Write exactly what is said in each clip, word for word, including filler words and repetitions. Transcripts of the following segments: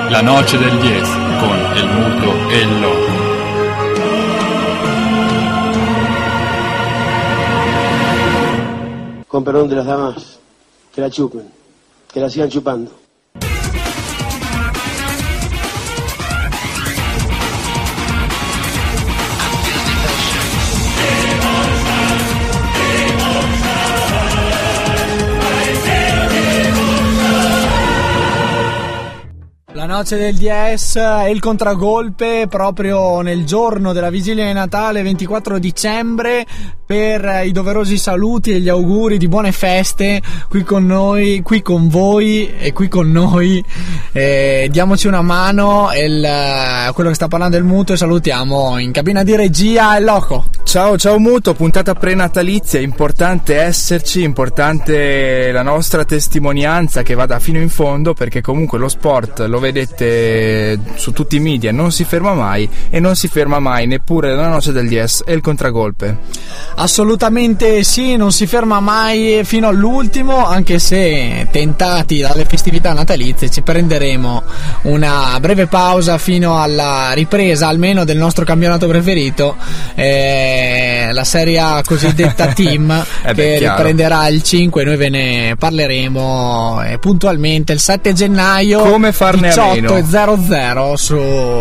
La noche del diez con el muto e el loco. Con perdón de las damas, que la chupen, que la sigan chupando. La noce del diez e il contragolpe proprio nel giorno della vigilia di Natale, ventiquattro dicembre, per i doverosi saluti e gli auguri di buone feste qui con noi, qui con voi e qui con noi. Eh, diamoci una mano, il, quello che sta parlando è il muto, e salutiamo in cabina di regia il loco. Ciao ciao muto, puntata prenatalizia, importante esserci, importante la nostra testimonianza che vada fino in fondo, perché comunque lo sport, lo vedete su tutti i media, non si ferma mai, e non si ferma mai neppure la noce del diez e il contragolpe. Assolutamente sì, non si ferma mai fino all'ultimo, anche se tentati dalle festività natalizie ci prenderemo una breve pausa fino alla ripresa almeno del nostro campionato preferito, eh, la serie A cosiddetta Team, eh beh, che chiaro. Riprenderà il cinque, noi ve ne parleremo eh, puntualmente il sette gennaio, come farne diciotto e zero zero su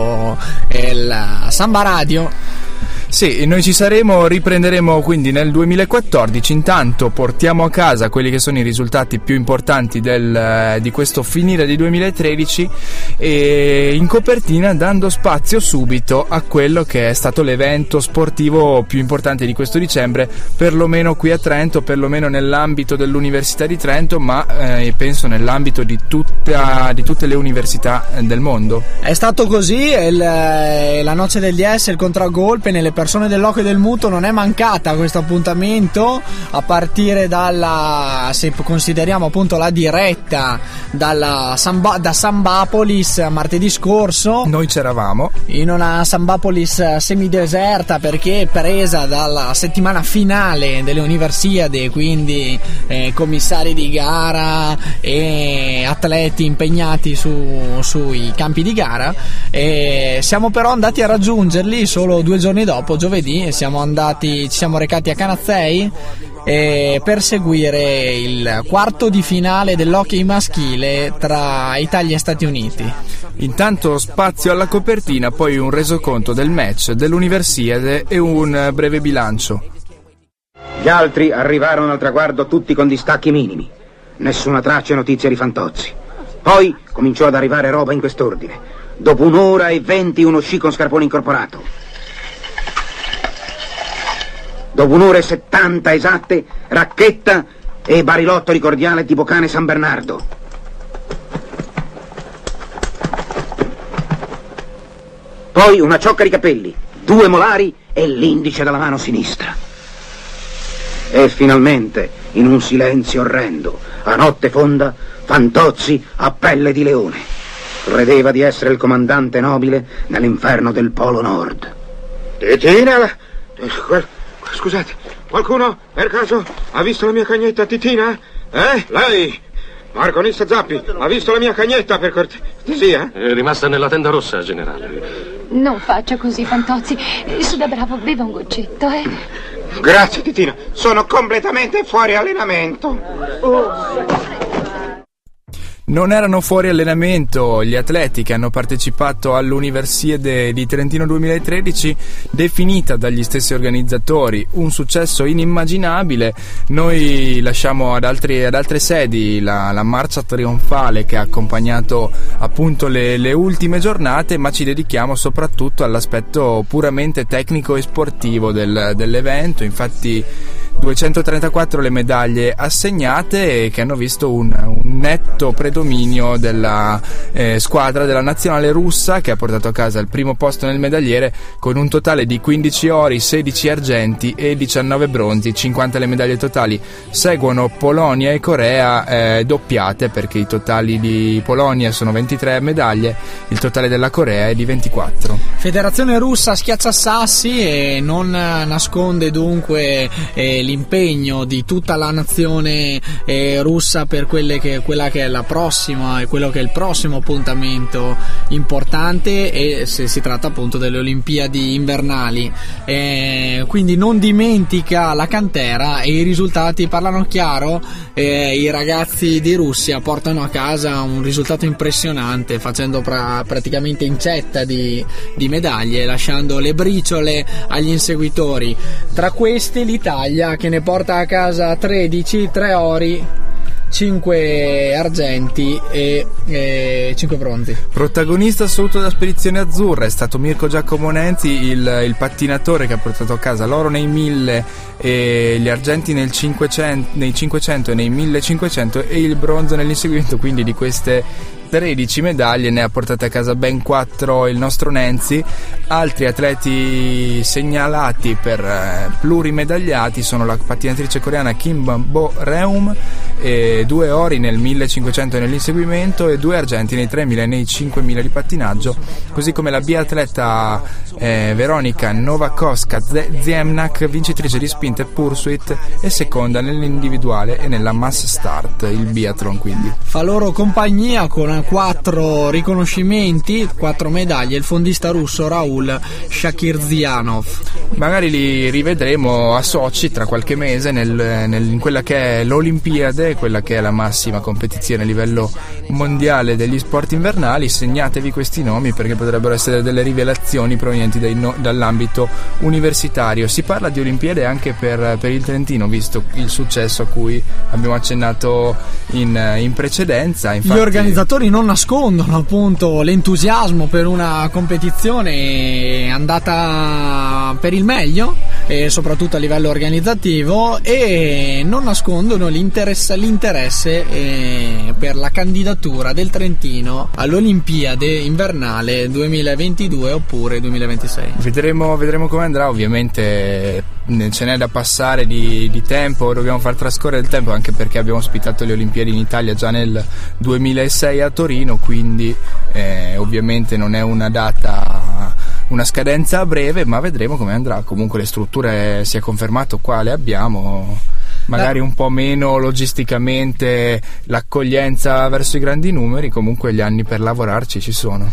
il Samba Radio. Sì, noi ci saremo, riprenderemo quindi nel duemilaquattordici. Intanto portiamo a casa quelli che sono i risultati più importanti del, di questo finire di duemilatredici, e in copertina dando spazio subito a quello che è stato l'evento sportivo più importante di questo dicembre, perlomeno qui a Trento, perlomeno nell'ambito dell'Università di Trento, ma eh, penso nell'ambito di, tutta, di tutte le università del mondo. È stato così, il, la noce del diez, il contragolpe nelle persone del loco e del muto non è mancata questo appuntamento, a partire dalla, se consideriamo appunto la diretta dalla Samba, da Sambapolis martedì scorso. Noi c'eravamo in una Sambapolis semideserta, perché presa dalla settimana finale delle Universiadi, quindi eh, commissari di gara e atleti impegnati su, sui campi di gara, e siamo però andati a raggiungerli solo due giorni dopo, giovedì, siamo andati, ci siamo recati a Canazzei eh, per seguire il quarto di finale dell'hockey maschile tra Italia e Stati Uniti. Intanto spazio alla copertina, poi un resoconto del match dell'Universiade e un breve bilancio. Gli altri arrivarono al traguardo tutti con distacchi minimi, nessuna traccia e notizia di Fantozzi. Poi cominciò ad arrivare roba in quest'ordine. Dopo un'ora e venti uno sci con scarpone incorporato. Dopo un'ora e settanta esatte, racchetta e barilotto di cordiale tipo cane San Bernardo. Poi una ciocca di capelli, due molari e l'indice della mano sinistra. E finalmente, in un silenzio orrendo, a notte fonda, Fantozzi a pelle di leone. Credeva di essere il comandante nobile nell'inferno del Polo Nord. Titina? Scusate, qualcuno per caso ha visto la mia cagnetta Titina? Eh? Lei? Marconista Zappi, ha visto la mia cagnetta per cortesia? È rimasta nella tenda rossa, generale. Non faccia così, Fantozzi. Su da bravo, beva un goccetto, eh? Grazie, Titina. Sono completamente fuori allenamento. Oh. Non erano fuori allenamento gli atleti che hanno partecipato all'Universiade di Trentino duemilatredici, definita dagli stessi organizzatori un successo inimmaginabile. Noi lasciamo ad, altri, ad altre sedi la, la marcia trionfale che ha accompagnato appunto le, le ultime giornate, ma ci dedichiamo soprattutto all'aspetto puramente tecnico e sportivo del, dell'evento. Infatti duecentotrentaquattro le medaglie assegnate, che hanno visto un, un netto predominio della eh, squadra della nazionale russa, che ha portato a casa il primo posto nel medagliere con un totale di quindici ori, sedici argenti e diciannove bronzi, cinquanta le medaglie totali. Seguono Polonia e Corea eh, doppiate, perché i totali di Polonia sono ventitré medaglie, il totale della Corea è di ventiquattro. Federazione russa schiacciasassi e non nasconde dunque eh, l'impegno di tutta la nazione eh, russa per quelle che, quella che è la pro prossima e quello che è il prossimo appuntamento importante, e se si tratta appunto delle Olimpiadi invernali. Eh, quindi non dimentica la cantera, e i risultati parlano chiaro. Eh, i ragazzi di Russia portano a casa un risultato impressionante, facendo pra- praticamente incetta di, di medaglie, lasciando le briciole agli inseguitori. Tra questi l'Italia, che ne porta a casa tredici, tre ori, cinque argenti e, e cinque bronzi. Protagonista assoluto della spedizione azzurra è stato Mirko Giacomo Nenzi, il, il pattinatore che ha portato a casa l'oro nei mille e gli argenti nel cinquecento, nei cinquecento e nei millecinquecento, e il bronzo nell'inseguimento. Quindi di queste tredici medaglie ne ha portate a casa ben quattro il nostro Nenzi. Altri atleti segnalati per eh, plurimedagliati sono la pattinatrice coreana Kim Bo-reum, e due ori nel millecinquecento nell'inseguimento e due argenti nei tremila e nei cinquemila di pattinaggio, così come la biatleta eh, Veronika Nowakoska-Ziemnak, vincitrice di sprint e pursuit e seconda nell'individuale e nella mass start, il biathlon. Quindi fa loro compagnia con quattro riconoscimenti, quattro medaglie, il fondista russo Raul Shakirzianov. Magari li rivedremo a Sochi tra qualche mese nel, nel, in quella che è l'Olimpiade, quella che è la massima competizione a livello mondiale degli sport invernali. Segnatevi questi nomi perché potrebbero essere delle rivelazioni provenienti dai no, dall'ambito universitario. Si parla di Olimpiade anche per, per il Trentino, visto il successo a cui abbiamo accennato in, in precedenza. Infatti, gli organizzatori non nascondono appunto l'entusiasmo per una competizione andata per il meglio, e soprattutto a livello organizzativo, e non nascondono l'interesse, l'interesse eh, per la candidatura del Trentino all'Olimpiade invernale duemilaventidue oppure duemilaventisei. Vedremo, vedremo come andrà. Ovviamente ce n'è da passare di, di tempo, dobbiamo far trascorrere il tempo, anche perché abbiamo ospitato le Olimpiadi in Italia già nel duemilasei a Torino, quindi eh, ovviamente non è una data, una scadenza a breve, ma vedremo come andrà. Comunque le strutture, si è confermato qua, le abbiamo, magari un po' meno logisticamente l'accoglienza verso i grandi numeri, comunque gli anni per lavorarci ci sono.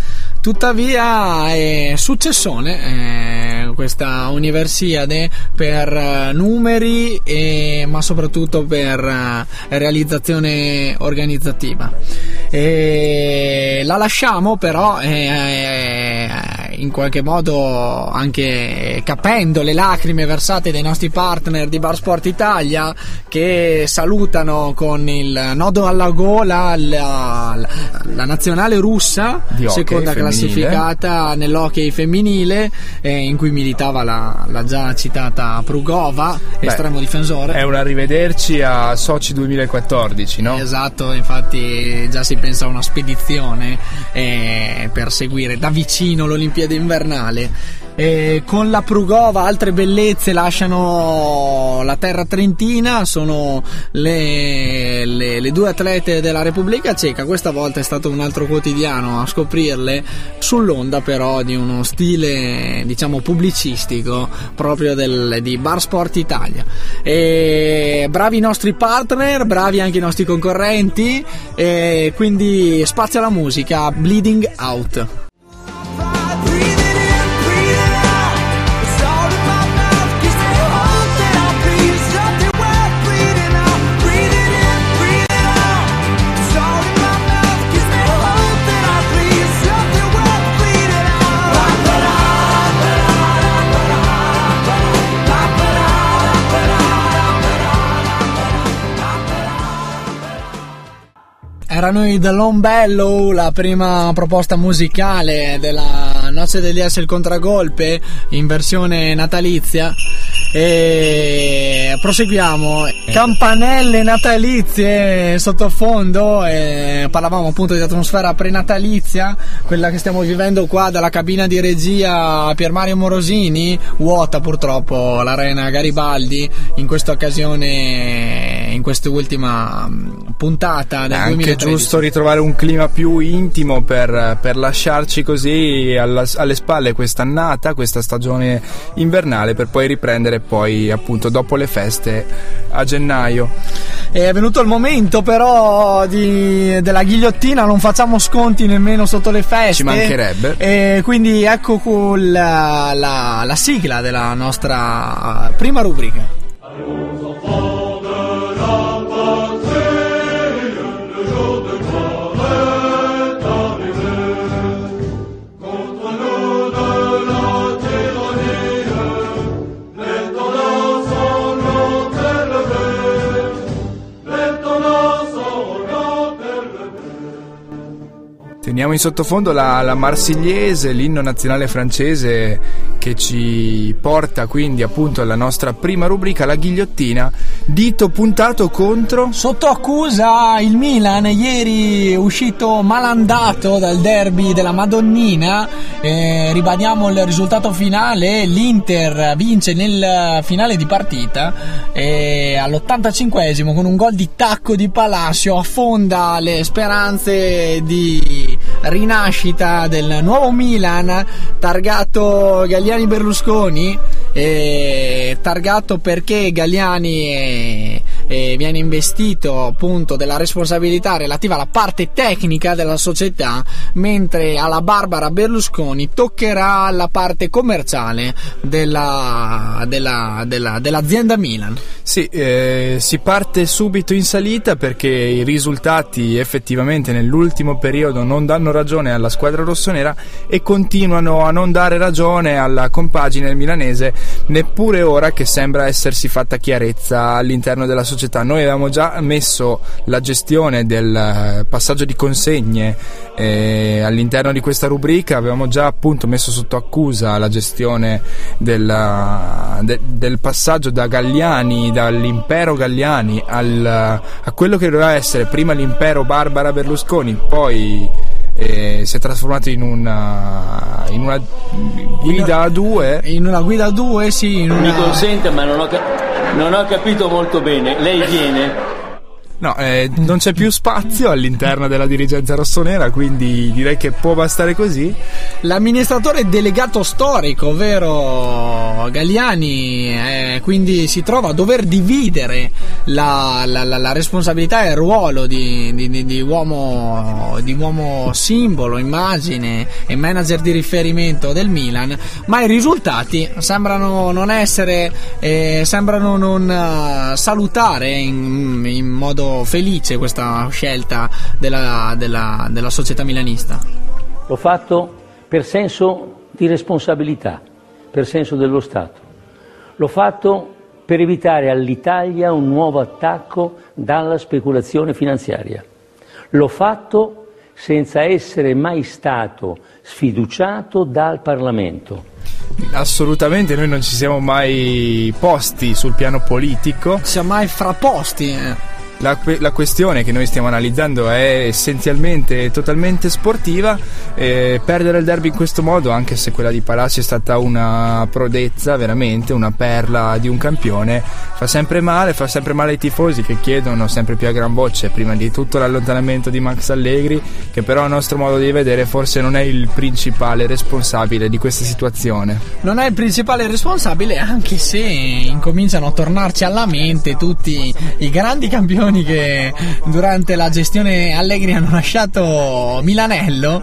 Tuttavia è successone eh, questa Universiade per eh, numeri e, ma soprattutto per eh, realizzazione organizzativa. E la lasciamo però eh, in qualche modo anche capendo le lacrime versate dai nostri partner di Bar Sport Italia, che salutano con il nodo alla gola la, la, la nazionale russa di seconda femminile, classificata nell'hockey femminile, eh, in cui militava la, la già citata Prugova, Beh, estremo difensore. È un arrivederci a Sochi duemilaquattordici, no? Esatto, infatti già si pensa a una spedizione eh, per seguire da vicino l'Olimpiade invernale. E con la Prugova altre bellezze lasciano la terra trentina, sono le, le, le due atlete della Repubblica Ceca. Questa volta è stato un altro quotidiano a scoprirle, sull'onda però di uno stile diciamo pubblicistico proprio del, di Bar Sport Italia. E bravi i nostri partner, bravi anche i nostri concorrenti, e quindi spazio alla musica. Bleeding Out. Erano i The Long Bellow, la prima proposta musicale della Noce del Dies il Contragolpe in versione natalizia. E proseguiamo, campanelle natalizie sottofondo, e parlavamo appunto di atmosfera prenatalizia, quella che stiamo vivendo qua dalla cabina di regia Pier Mario Morosini. Vuota purtroppo l'arena Garibaldi in questa occasione, in quest'ultima puntata del è duemilatredici. Anche giusto ritrovare un clima più intimo per, per lasciarci così alla, alle spalle quest'annata, questa stagione invernale, per poi riprendere poi appunto dopo le feste a gennaio. È venuto il momento però di, della ghigliottina, non facciamo sconti nemmeno sotto le feste. Ci mancherebbe. E quindi ecco la, la, la sigla della nostra prima rubrica. Teniamo in sottofondo la, la Marsigliese, l'inno nazionale francese, che ci porta quindi appunto alla nostra prima rubrica, la ghigliottina. Dito puntato contro... Sotto accusa il Milan, ieri uscito malandato dal derby della Madonnina. Eh, ribadiamo il risultato finale: l'Inter vince nel finale di partita e all'ottantacinquesimo con un gol di tacco di Palacio affonda le speranze di rinascita del nuovo Milan, targato Galliani Berlusconi, eh, targato perché Galliani eh, eh, viene investito appunto della responsabilità relativa alla parte tecnica della società, mentre alla Barbara Berlusconi toccherà la parte commerciale della, della, della, dell'azienda Milan. Sì, eh, si parte subito in salita perché i risultati effettivamente nell'ultimo periodo non danno ragione alla squadra rossonera e continuano a non dare ragione alla compagine milanese, neppure ora che sembra essersi fatta chiarezza all'interno della società. Noi avevamo già messo la gestione del passaggio di consegne eh, all'interno di questa rubrica, avevamo già appunto messo sotto accusa la gestione del, de, del passaggio da Galliani, dall'impero Galliani al, a quello che doveva essere prima l'impero Barbara Berlusconi, poi eh, si è trasformato in una, in una guida a due. In una guida a due, sì. In una... Mi consente, ma non ho, cap- non ho capito molto bene. Lei viene? No, eh, non c'è più spazio all'interno della dirigenza rossonera, quindi direi che può bastare così. L'amministratore delegato storico, ovvero Galliani, eh, quindi si trova a dover dividere la, la, la, la responsabilità e il ruolo di, di, di, di, uomo, di uomo simbolo, immagine e manager di riferimento del Milan, ma i risultati sembrano non essere, eh, sembrano non uh, salutare in, in modo felice questa scelta della, della, della società milanista. L'ho fatto per senso di responsabilità, per senso dello Stato. L'ho fatto per evitare all'Italia un nuovo attacco dalla speculazione finanziaria. L'ho fatto senza essere mai stato sfiduciato dal Parlamento. Assolutamente, noi non ci siamo mai posti sul piano politico. Ci siamo mai frapposti. Eh. La, la questione che noi stiamo analizzando è essenzialmente totalmente sportiva. Eh, perdere il derby in questo modo, anche se quella di Palacio è stata una prodezza, veramente una perla di un campione, fa sempre male, fa sempre male ai tifosi che chiedono sempre più a gran voce prima di tutto l'allontanamento di Max Allegri, che però a nostro modo di vedere forse non è il principale responsabile di questa situazione. Non è il principale responsabile, anche se incominciano a tornarci alla mente tutti i grandi campioni che durante la gestione Allegri hanno lasciato Milanello,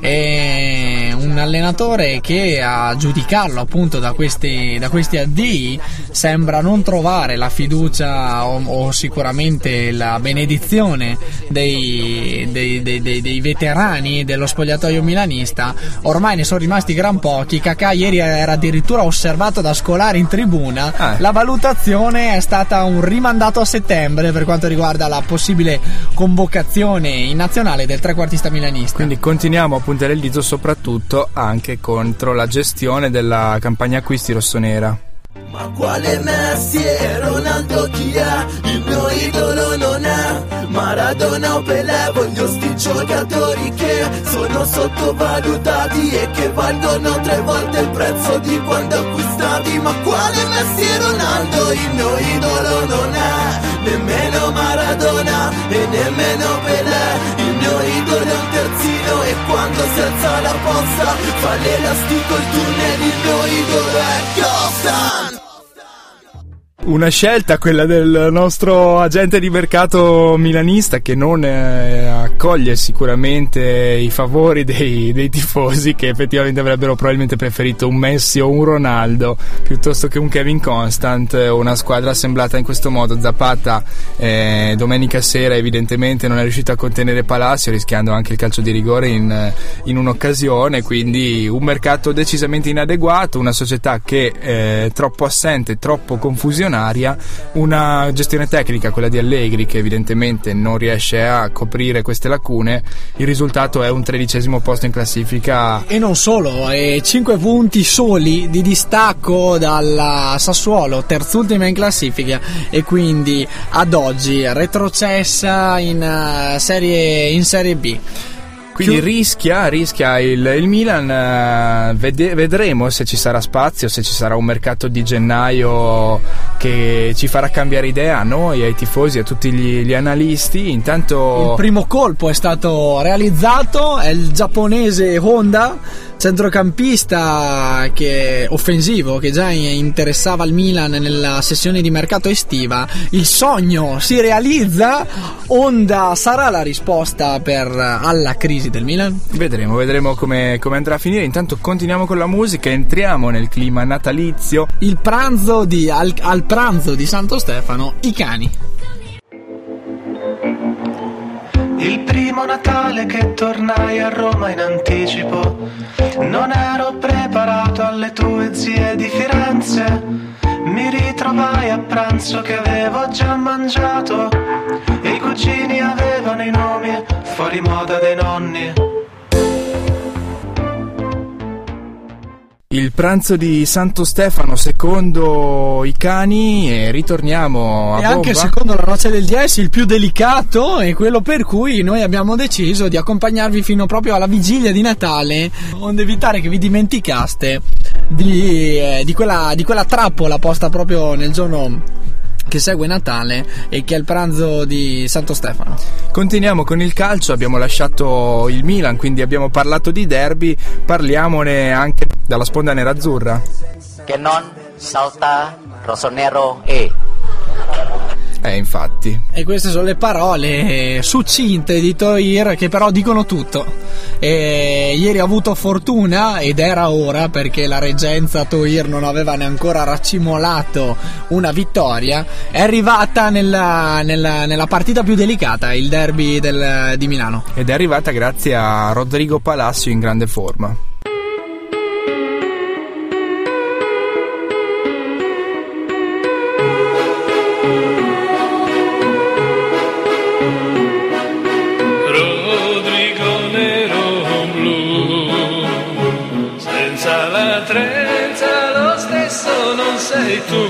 e un allenatore che, a giudicarlo appunto da questi, da questi addii, sembra non trovare la fiducia o, o sicuramente la benedizione dei, dei, dei, dei, dei veterani dello spogliatoio milanista. Ormai ne sono rimasti gran pochi. Kakà ieri era addirittura osservato da Scolari in tribuna. ah. La valutazione è stata un rimandato a settembre per quanto riguarda la possibile convocazione in nazionale del trequartista milanista. Quindi continuiamo a puntare il dito soprattutto anche contro la gestione della campagna acquisti rossonera. Ma quale Messi e Ronaldo chi è? Il mio idolo non è Maradona o Pelé, voglio sti giocatori che sono sottovalutati e che valgono tre volte il prezzo di quando acquistati. Ma quale Messi e Ronaldo? Il mio idolo non è nemmeno Maradona e nemmeno Pelé. Il mio idolo è un terzino e quando si alza la posta fa l'elastico il tunnel. Il mio idolo è Gostan. Una scelta, quella del nostro agente di mercato milanista, che non eh, accoglie sicuramente i favori dei, dei tifosi, che effettivamente avrebbero probabilmente preferito un Messi o un Ronaldo piuttosto che un Kevin Constant. Una squadra assemblata in questo modo. Zapata eh, domenica sera evidentemente non è riuscito a contenere Palacio, rischiando anche il calcio di rigore in, in un'occasione, quindi un mercato decisamente inadeguato, una società che è troppo assente, troppo confusionaria, una gestione tecnica, quella di Allegri, che evidentemente non riesce a coprire queste lacune. Il risultato è un tredicesimo posto in classifica, e non solo, e cinque punti soli di distacco dalla Sassuolo, terzultima in classifica, e quindi ad oggi retrocessa in uh, serie, in serie B. Quindi rischia, rischia il, il Milan. eh, vede, vedremo se ci sarà spazio, se ci sarà un mercato di gennaio che ci farà cambiare idea a noi, ai tifosi, a tutti gli, gli analisti. Intanto il primo colpo è stato realizzato, è il giapponese Honda, centrocampista che offensivo, che già interessava il Milan nella sessione di mercato estiva. Il sogno si realizza. Honda sarà la risposta per alla crisi del Milan? Vedremo, vedremo come, come andrà a finire. Intanto continuiamo con la musica, entriamo nel clima natalizio. Il pranzo di, al, al pranzo di Santo Stefano, i cani. Il primo Natale che tornai a Roma in anticipo, non ero preparato alle tue zie di Firenze. Mi ritrovai a pranzo che avevo già mangiato, i cugini avevano i nomi fuori moda dei nonni. Il pranzo di Santo Stefano secondo i cani, e ritorniamo a e bomba. Anche secondo la noce del dieci il più delicato, è quello per cui noi abbiamo deciso di accompagnarvi fino proprio alla vigilia di Natale, onde evitare che vi dimenticaste di, eh, di, quella, di quella trappola posta proprio nel giorno che segue Natale, e che è il pranzo di Santo Stefano. Continuiamo con il calcio, abbiamo lasciato il Milan, quindi abbiamo parlato di derby, parliamone anche dalla sponda nerazzurra. Che non salta rossonero e Eh, infatti. E queste sono le parole succinte di Toir, che però dicono tutto. E ieri ha avuto fortuna, ed era ora, perché la reggenza Toir non aveva neanche ancora raccimolato una vittoria. È arrivata nella, nella, nella partita più delicata, il derby del, di Milano. Ed è arrivata grazie a Rodrigo Palacio in grande forma. Sei tu,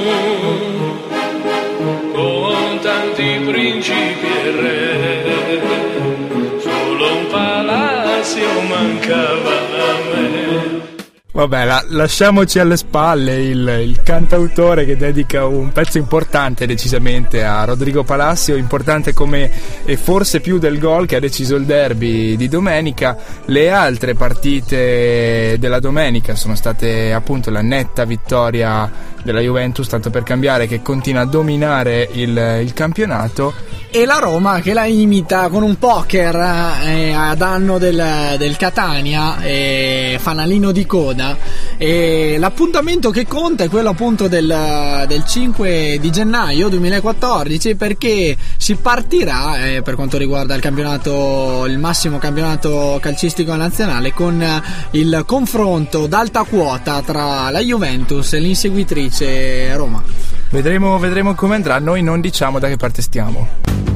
con tanti principi e re, solo un palacio mancava a me. Vabbè, la, lasciamoci alle spalle il, il cantautore che dedica un pezzo importante decisamente a Rodrigo Palacio, importante come e forse più del gol che ha deciso il derby di domenica. Le altre partite della domenica sono state appunto la netta vittoria della Juventus, tanto per cambiare, che continua a dominare il, il campionato, e la Roma che la imita con un poker eh, a danno del, del Catania, eh, fanalino di coda. E l'appuntamento che conta è quello appunto del, del cinque di gennaio duemilaquattordici, perché si partirà eh, per quanto riguarda il campionato, il massimo campionato calcistico nazionale, con il confronto d'alta quota tra la Juventus e l'inseguitrice Roma. Vedremo, vedremo come andrà. Noi non diciamo da che parte stiamo.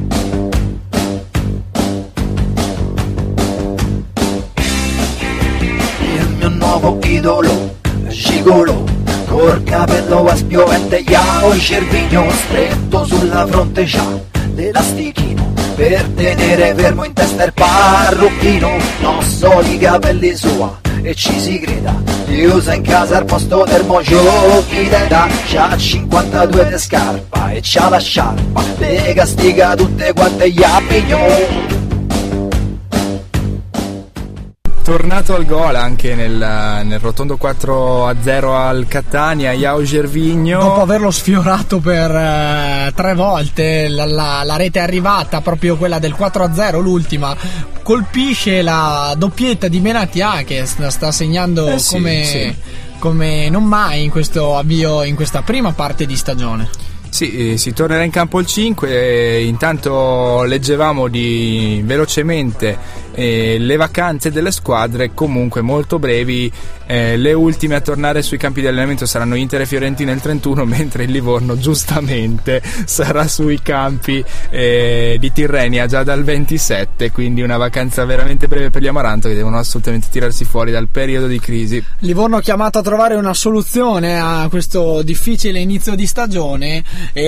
Il mio nuovo idolo, gigolo, col capello a spiovente, yao, cervigno stretto sulla fronte, c'ha l'elastichino per tenere fermo in testa il parrucchino. Non so i capelli sua e ci si creda, li usa in casa al posto del giochi d'età. C'ha cinquantadue de scarpa e c'ha la sciarpa, le castiga tutte quante gli appignò. tornato al gol anche nel, nel rotondo quattro a zero al Catania, João Gervinho. Dopo averlo sfiorato per eh, tre volte, la, la, la rete è arrivata, proprio quella del quattro a zero, l'ultima, colpisce la doppietta di Benatia che sta, sta segnando eh sì, come, sì. come non mai in questo avvio, in questa prima parte di stagione. Sì, si tornerà in campo il cinque, e intanto leggevamo di velocemente eh, le vacanze delle squadre, comunque molto brevi. Eh, le ultime a tornare sui campi di allenamento saranno Inter e Fiorentina il trentuno, mentre il Livorno giustamente sarà sui campi eh, di Tirrenia già dal ventisette, quindi una vacanza veramente breve per gli Amaranto, che devono assolutamente tirarsi fuori dal periodo di crisi. Livorno chiamato a trovare una soluzione a questo difficile inizio di stagione,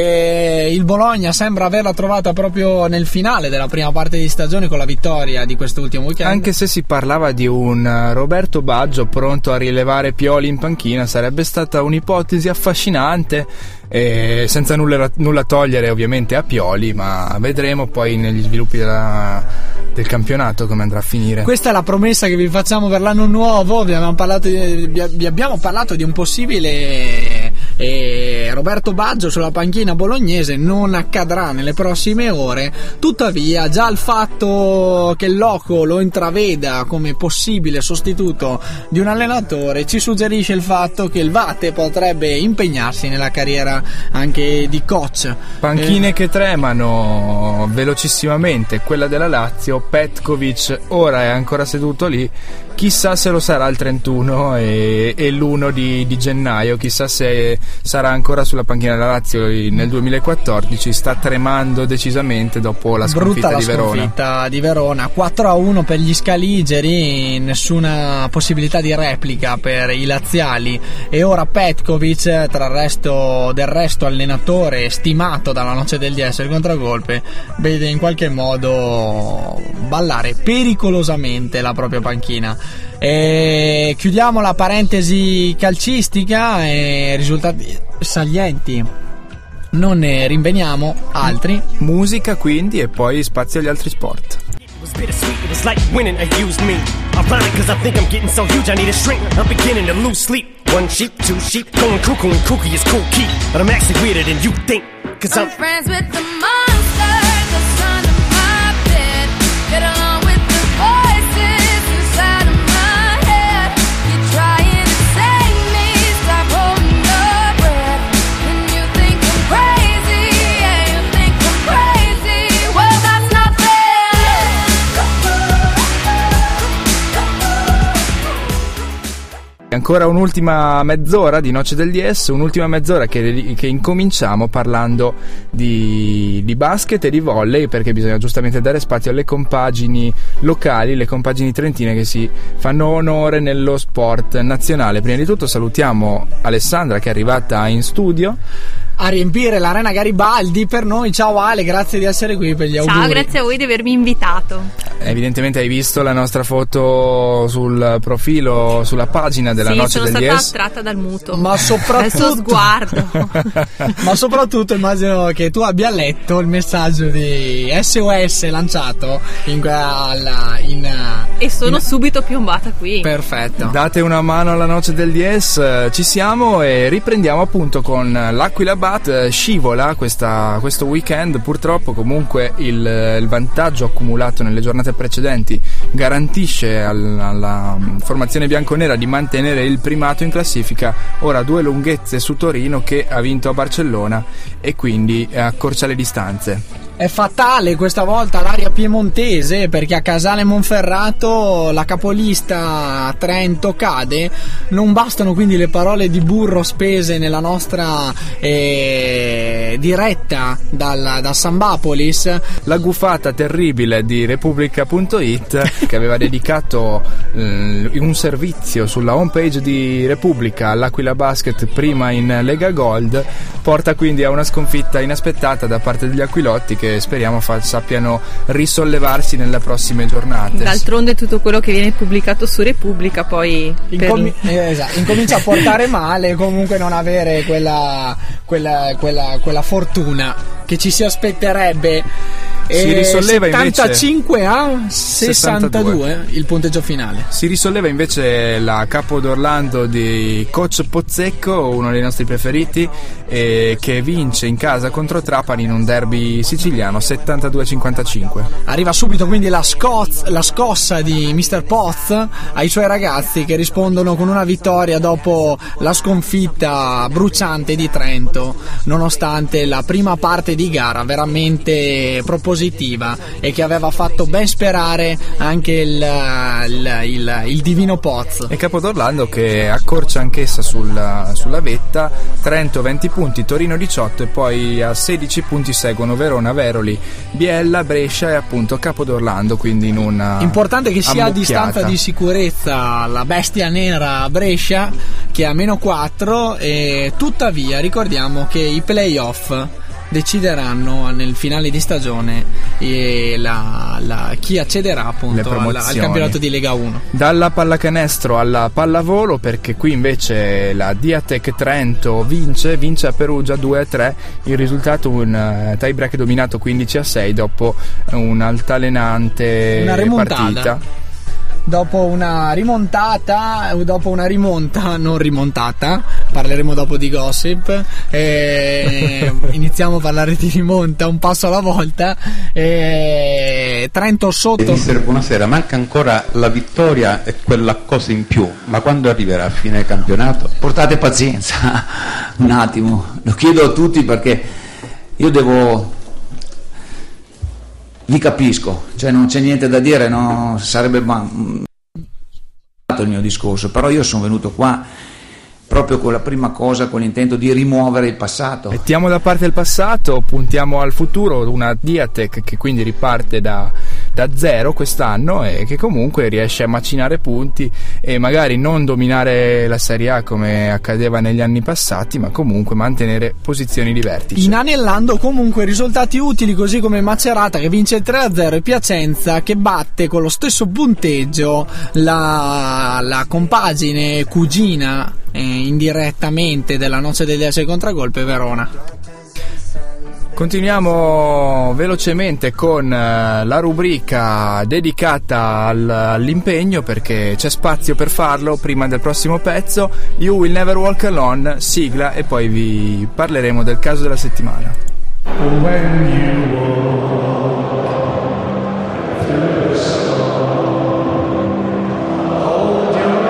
e il Bologna sembra averla trovata proprio nel finale della prima parte di stagione con la vittoria di quest'ultimo weekend. Anche se si parlava di un Roberto Baggio pronto a rilevare Pioli in panchina, sarebbe stata un'ipotesi affascinante, eh, senza nulla, nulla togliere ovviamente a Pioli, ma vedremo poi negli sviluppi della, del campionato come andrà a finire. Questa è la promessa che vi facciamo per l'anno nuovo. Vi abbiamo parlato di, vi abbiamo parlato di un possibile eh, Roberto Baggio sulla panchina bolognese. Non accadrà nelle prossime ore, tuttavia già il fatto che il Loco lo intraveda come possibile sostituto di un allenatore ci suggerisce il fatto che il Vate potrebbe impegnarsi nella carriera anche di coach. Panchine eh. che tremano velocissimamente, quella della Lazio. Petkovic ora è ancora seduto lì, chissà se lo sarà il trentuno e, e l'primo di, di gennaio, chissà se sarà ancora sulla panchina della Lazio nel duemilaquattordici. Sta tremando decisamente dopo la sconfitta Brutta di la Verona. sconfitta di Verona, quattro a uno per gli scaligeri, nessuna possibilità di replica per i laziali, e ora Petkovic, tra il resto del resto allenatore stimato dalla noce del D S il contragolpe, vede in qualche modo ballare pericolosamente la propria panchina. E chiudiamo la parentesi calcistica e risultati salienti non ne rinveniamo altri. Musica quindi, e poi spazio agli altri sport. Bittersweet, it was like winning a used me. Ironic, cause I think I'm getting so huge I need a shrink. I'm beginning to lose sleep. One sheep, two sheep, going cuckoo and kooky is cool key. But I'm actually weirder than you think. Cause I'm, I'm friends with the monster that's under my bed. Get along with the voices inside of my head. You're trying to save me, stop holding your breath. And you think I'm crazy, yeah, you think I'm crazy. Well, that's not fair. Ancora un'ultima mezz'ora di Noce del D S, un'ultima mezz'ora che, che incominciamo parlando di, di basket e di volley, perché bisogna giustamente dare spazio alle compagini locali, le compagini trentine che si fanno onore nello sport nazionale. Prima di tutto salutiamo Alessandra, che è arrivata in studio a riempire l'Arena Garibaldi per noi. Ciao Ale, grazie di essere qui per gli auguri. Ciao, grazie a voi di avermi invitato. Evidentemente hai visto la nostra foto sul profilo, sulla pagina della sì, Noce del D S. Sì, sono stata attratta dal muto, ma soprattutto dal suo sguardo. Ma soprattutto immagino che tu abbia letto il messaggio di S O S lanciato in, alla, in e sono in... subito piombata qui. Perfetto. Date una mano alla Noce del D S, ci siamo e riprendiamo appunto con l'Aquila Bat. Scivola questa, questo weekend, purtroppo. Comunque il, il vantaggio accumulato nelle giornate precedenti garantisce al, alla formazione bianconera di mantenere il primato in classifica. Ora due lunghezze su Torino, che ha vinto a Barcellona e quindi accorcia le distanze. È fatale questa volta l'area piemontese, perché a Casale Monferrato la capolista Trento cade. Non bastano quindi le parole di burro spese nella nostra eh, diretta dal, da Sambapolis. La gufata terribile di Repubblica punto it, che aveva dedicato eh, un servizio sulla homepage di Repubblica all'Aquila Basket, prima in Lega Gold, porta quindi a una sconfitta inaspettata da parte degli aquilotti, che che speriamo fa- sappiano risollevarsi nelle prossime giornate. D'altronde tutto quello che viene pubblicato su Repubblica poi Incomi- per... eh, esatto, incomincia a portare male, comunque non avere quella, quella, quella, quella fortuna che ci si aspetterebbe. Si risolleva settantacinque invece a sessantadue il punteggio finale. Si risolleva invece la Capo d'Orlando di coach Pozzecco, uno dei nostri preferiti, eh, che vince in casa contro Trapani in un derby siciliano settantadue a cinquantacinque. Arriva subito quindi la, scoz- la scossa di mister Poz ai suoi ragazzi, che rispondono con una vittoria dopo la sconfitta bruciante di Trento, nonostante la prima parte di gara veramente propositiva e che aveva fatto ben sperare anche il, il, il, il divino Poz. E Capo d'Orlando che accorcia anch'essa sulla, sulla vetta. Trento venti punti, Torino diciotto, e poi a sedici punti seguono Verona, Veroli, Biella, Brescia e appunto Capo d'Orlando, quindi in una importante che sia a ammucchiata. distanza di sicurezza la bestia nera Brescia, che ha meno quattro, e tuttavia ricordiamo che i playoff decideranno nel finale di stagione e la, la, chi accederà appunto al, al campionato di Lega uno. Dalla pallacanestro alla pallavolo, perché qui invece la Diatec Trento vince vince a Perugia due a tre, il risultato un uh, tie break dominato quindici a sei dopo un'altalenante una remontata. partita. Dopo una rimontata, dopo una rimonta non rimontata, parleremo dopo di gossip, e iniziamo a parlare di rimonta un passo alla volta. E Trento sotto. Mister, buonasera, manca ancora la vittoria e quella cosa in più, ma quando arriverà a fine campionato? Portate pazienza, un attimo, lo chiedo a tutti perché io devo... Vi capisco, cioè non c'è niente da dire, no, sarebbe ma, il mio discorso, però io sono venuto qua proprio con la prima cosa, con l'intento di rimuovere il passato. Mettiamo da parte il passato, puntiamo al futuro, una Diatec che quindi riparte da, da zero quest'anno e che comunque riesce a macinare punti e magari non dominare la Serie A come accadeva negli anni passati, ma comunque mantenere posizioni di vertice. Inanellando comunque risultati utili, così come Macerata che vince tre a zero e Piacenza che batte con lo stesso punteggio la, la compagine cugina eh, indirettamente della Noce degli Ace Contragolpe, Verona. Continuiamo velocemente con la rubrica dedicata all'impegno, perché c'è spazio per farlo prima del prossimo pezzo. You Will Never Walk Alone, sigla, e poi vi parleremo del caso della settimana. When you walk through the storm, hold your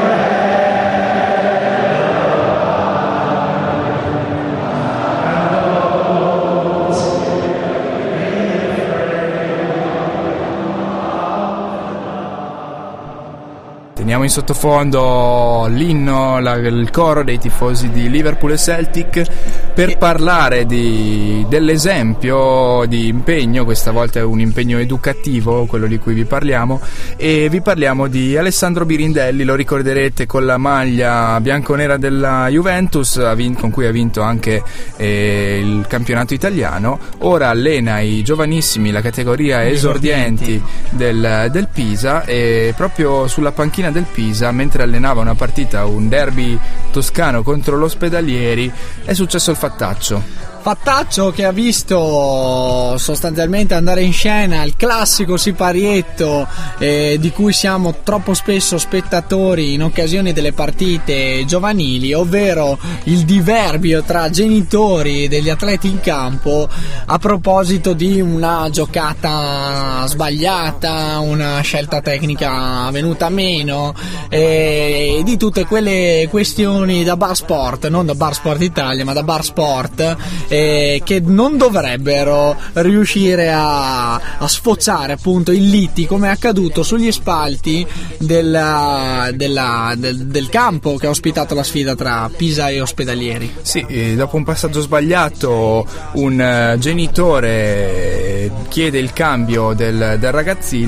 Teniamo in sottofondo l'inno, la, il coro dei tifosi di Liverpool e Celtic per parlare di, dell'esempio di impegno. Questa volta è un impegno educativo quello di cui vi parliamo, e vi parliamo di Alessandro Birindelli. Lo ricorderete con la maglia bianconera della Juventus, con cui ha vinto anche eh, il campionato italiano. Ora allena i giovanissimi, la categoria esordienti del, del Pisa, e proprio sulla panchina del Pisa, mentre allenava una partita, un derby toscano contro l'Ospedalieri, è successo il fattaccio. Fattaccio che ha visto sostanzialmente andare in scena il classico siparietto eh, di cui siamo troppo spesso spettatori in occasione delle partite giovanili, ovvero il diverbio tra genitori degli atleti in campo a proposito di una giocata sbagliata, una scelta tecnica venuta meno, e di tutte quelle questioni da bar sport, non da Bar Sport Italia ma da bar sport, Eh, che non dovrebbero riuscire a, a sfociare appunto in liti, come è accaduto sugli spalti della, della, del, del campo che ha ospitato la sfida tra Pisa e Ospedalieri. Sì, eh, dopo un passaggio sbagliato un uh, genitore chiede il cambio del, del ragazzino,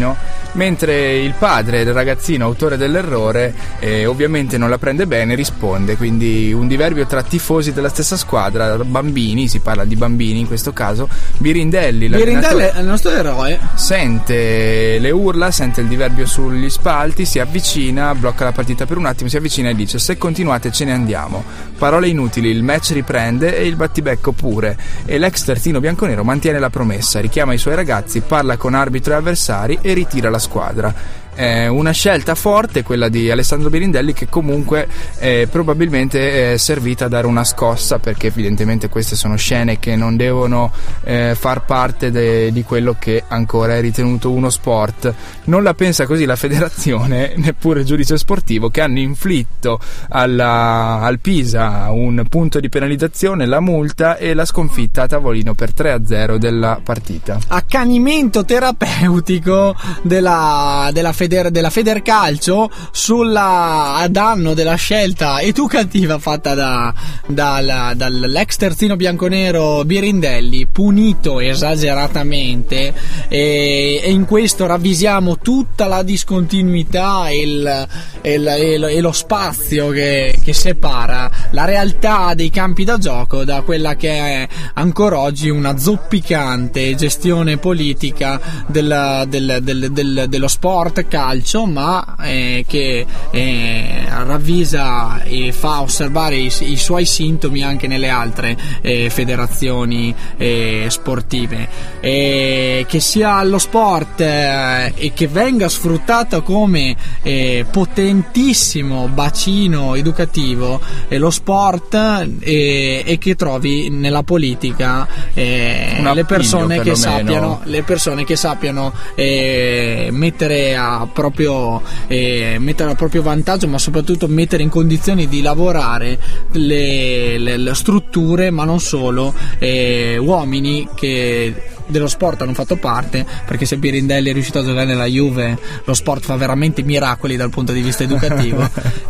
mentre il padre del ragazzino autore dell'errore eh, ovviamente non la prende bene, risponde. Quindi un diverbio tra tifosi della stessa squadra, bambini, si parla di bambini in questo caso. Birindelli, Birindelli è il nostro eroe, sente le urla, sente il diverbio sugli spalti, si avvicina, blocca la partita per un attimo, si avvicina e dice: se continuate ce ne andiamo. Parole inutili, il match riprende e il battibecco pure, e l'ex terzino bianconero mantiene la promessa, richiama i suoi ragazzi, parla con arbitro e avversari e ritira la squadra. È una scelta forte quella di Alessandro Birindelli, che comunque eh, probabilmente è servita a dare una scossa, perché evidentemente queste sono scene che non devono eh, far parte de- di quello che ancora è ritenuto uno sport. Non la pensa così la federazione, neppure il giudice sportivo, che hanno inflitto alla, al Pisa un punto di penalizzazione, la multa e la sconfitta a tavolino per tre a zero della partita. Accanimento terapeutico della, della Feder, della Federcalcio sulla a danno della scelta educativa fatta da, da, dall'ex terzino bianconero Birindelli, punito esageratamente, e, e in questo ravvisiamo tutta la discontinuità e, il, e, il, e, lo, e lo spazio che, che separa la realtà dei campi da gioco da quella che è ancora oggi una zoppicante gestione politica del, del, del, del, dello sport calcio, ma eh, che eh, ravvisa e fa osservare i, i suoi sintomi anche nelle altre eh, federazioni eh, sportive. E che sia lo sport eh, e che venga sfruttato come eh, potentissimo bacino educativo eh, lo sport eh, e che trovi nella politica eh, le persone che sappiano le persone che sappiano eh, mettere a proprio eh, mettere a proprio vantaggio, ma soprattutto mettere in condizioni di lavorare le, le, le strutture, ma non solo, eh, uomini che dello sport hanno fatto parte, perché se Birindelli è riuscito a giocare nella Juve, lo sport fa veramente miracoli dal punto di vista educativo,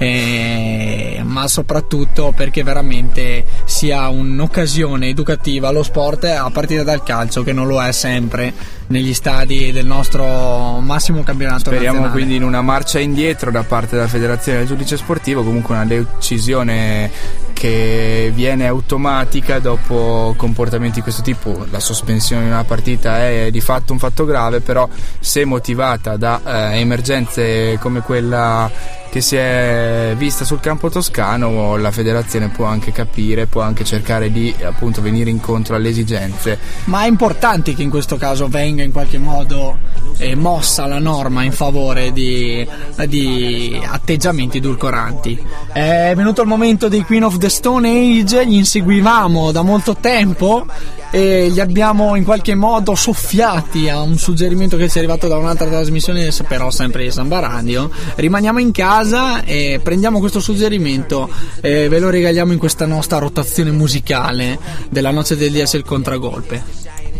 eh, ma soprattutto perché veramente sia un'occasione educativa lo sport, a partire dal calcio, che non lo è sempre negli stadi del nostro massimo campionato Speriamo nazionale. Quindi in una marcia indietro da parte della federazione del giudice sportivo, comunque una decisione che viene automatica dopo comportamenti di questo tipo. La sospensione di una partita è di fatto un fatto grave, però se motivata da eh, emergenze come quella che si è vista sul campo toscano, la federazione può anche capire, può anche cercare di appunto venire incontro alle esigenze. Ma è importante che in questo caso venga in qualche modo eh, mossa la norma in favore di, di atteggiamenti edulcoranti. È venuto il momento dei Queen of the Stone Age, gli inseguivamo da molto tempo e gli abbiamo in qualche modo soffiati a un suggerimento che ci è arrivato da un'altra trasmissione, però sempre di Samba Radio. Rimaniamo in casa e prendiamo questo suggerimento e ve lo regaliamo in questa nostra rotazione musicale della Noce del Dies e il Contragolpe.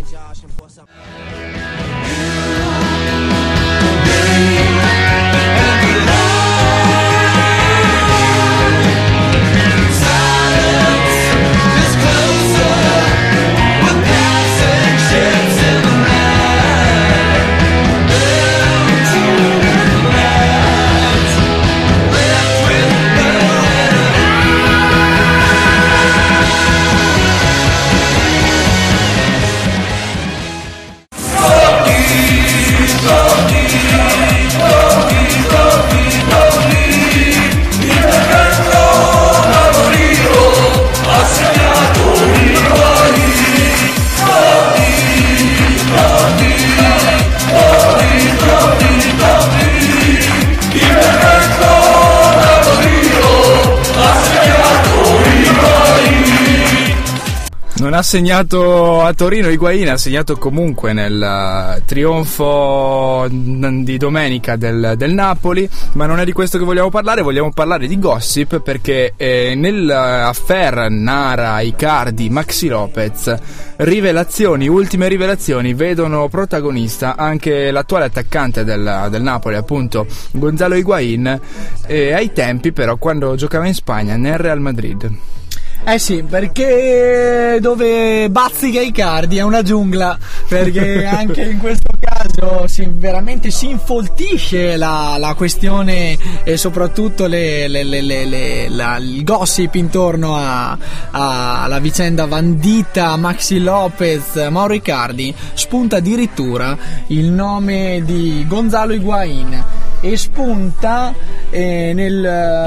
Non ha segnato a Torino Higuaín, ha segnato comunque nel trionfo di domenica del, del Napoli, ma non è di questo che vogliamo parlare. Vogliamo parlare di gossip, perché eh, nell'affair Nara, Icardi, Maxi Lopez, rivelazioni, ultime rivelazioni, vedono protagonista anche l'attuale attaccante del, del Napoli, appunto Gonzalo Higuaín, eh, ai tempi però quando giocava in Spagna nel Real Madrid. Eh sì, perché dove bazzica Icardi è una giungla, perché anche in questo caso quando si, veramente si infoltisce la, la questione e soprattutto le, le, le, le, le, la, il gossip intorno a, a, alla vicenda Vandita, Maxi Lopez, Mauro Icardi, spunta addirittura il nome di Gonzalo Higuaín e spunta eh, nel,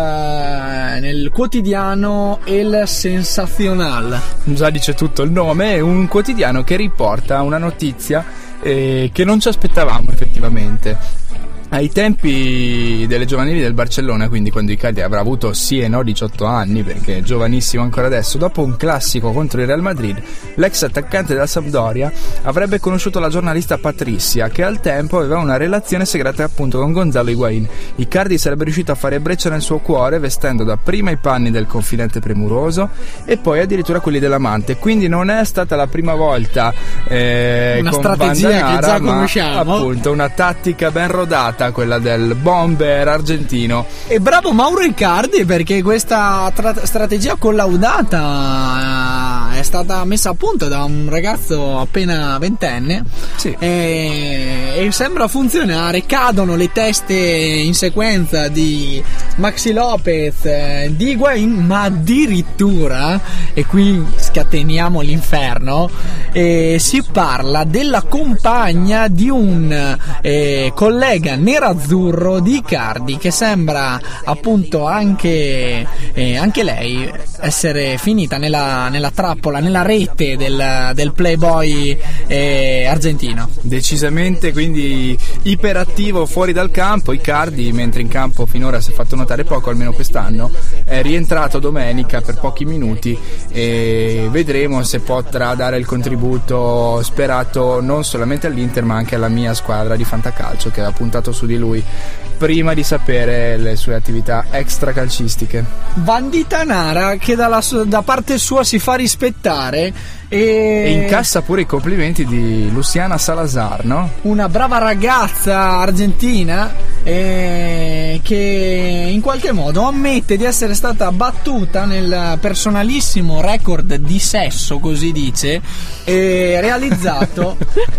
eh, nel quotidiano El Sensacional. Già dice tutto il nome, è un quotidiano che riporta una notizia eh, che non ci aspettavamo effettivamente. Ai tempi delle giovanili del Barcellona, quindi quando Icardi avrà avuto sì e no diciotto anni, perché è giovanissimo ancora adesso, dopo un classico contro il Real Madrid, l'ex attaccante della Sampdoria avrebbe conosciuto la giornalista Patricia, che al tempo aveva una relazione segreta appunto con Gonzalo Higuaín. Icardi sarebbe riuscito a fare breccia nel suo cuore vestendo dapprima i panni del confidente premuroso e poi addirittura quelli dell'amante, quindi non è stata la prima volta eh, una con strategia Bandanara, che già ma conosciamo, appunto una tattica ben rodata, quella del bomber argentino. E bravo Mauro Icardi, perché questa tra- strategia collaudata è stata messa a punto da un ragazzo appena ventenne, sì. e, e sembra funzionare. Cadono le teste in sequenza di Maxi Lopez, eh, di Higuaín, ma addirittura, e qui scateniamo l'inferno, eh, si parla della compagna di un eh, collega nerazzurro di Icardi, che sembra appunto anche, eh, anche lei essere finita nella, nella trappola, nella rete del, del playboy eh, argentino. Decisamente, quindi iperattivo fuori dal campo. Icardi, mentre in campo finora si è fatto notare poco, almeno quest'anno, è rientrato domenica per pochi minuti e vedremo se potrà dare il contributo sperato non solamente all'Inter ma anche alla mia squadra di fantacalcio, che aveva puntato su di lui prima di sapere le sue attività extracalcistiche. Vandita Nara, che dalla, da parte sua si fa rispettare e... e incassa pure i complimenti di Luciana Salazar, no? Una brava ragazza argentina eh, che in qualche modo ammette di essere stata battuta nel personalissimo record di sesso, così dice, eh, realizzato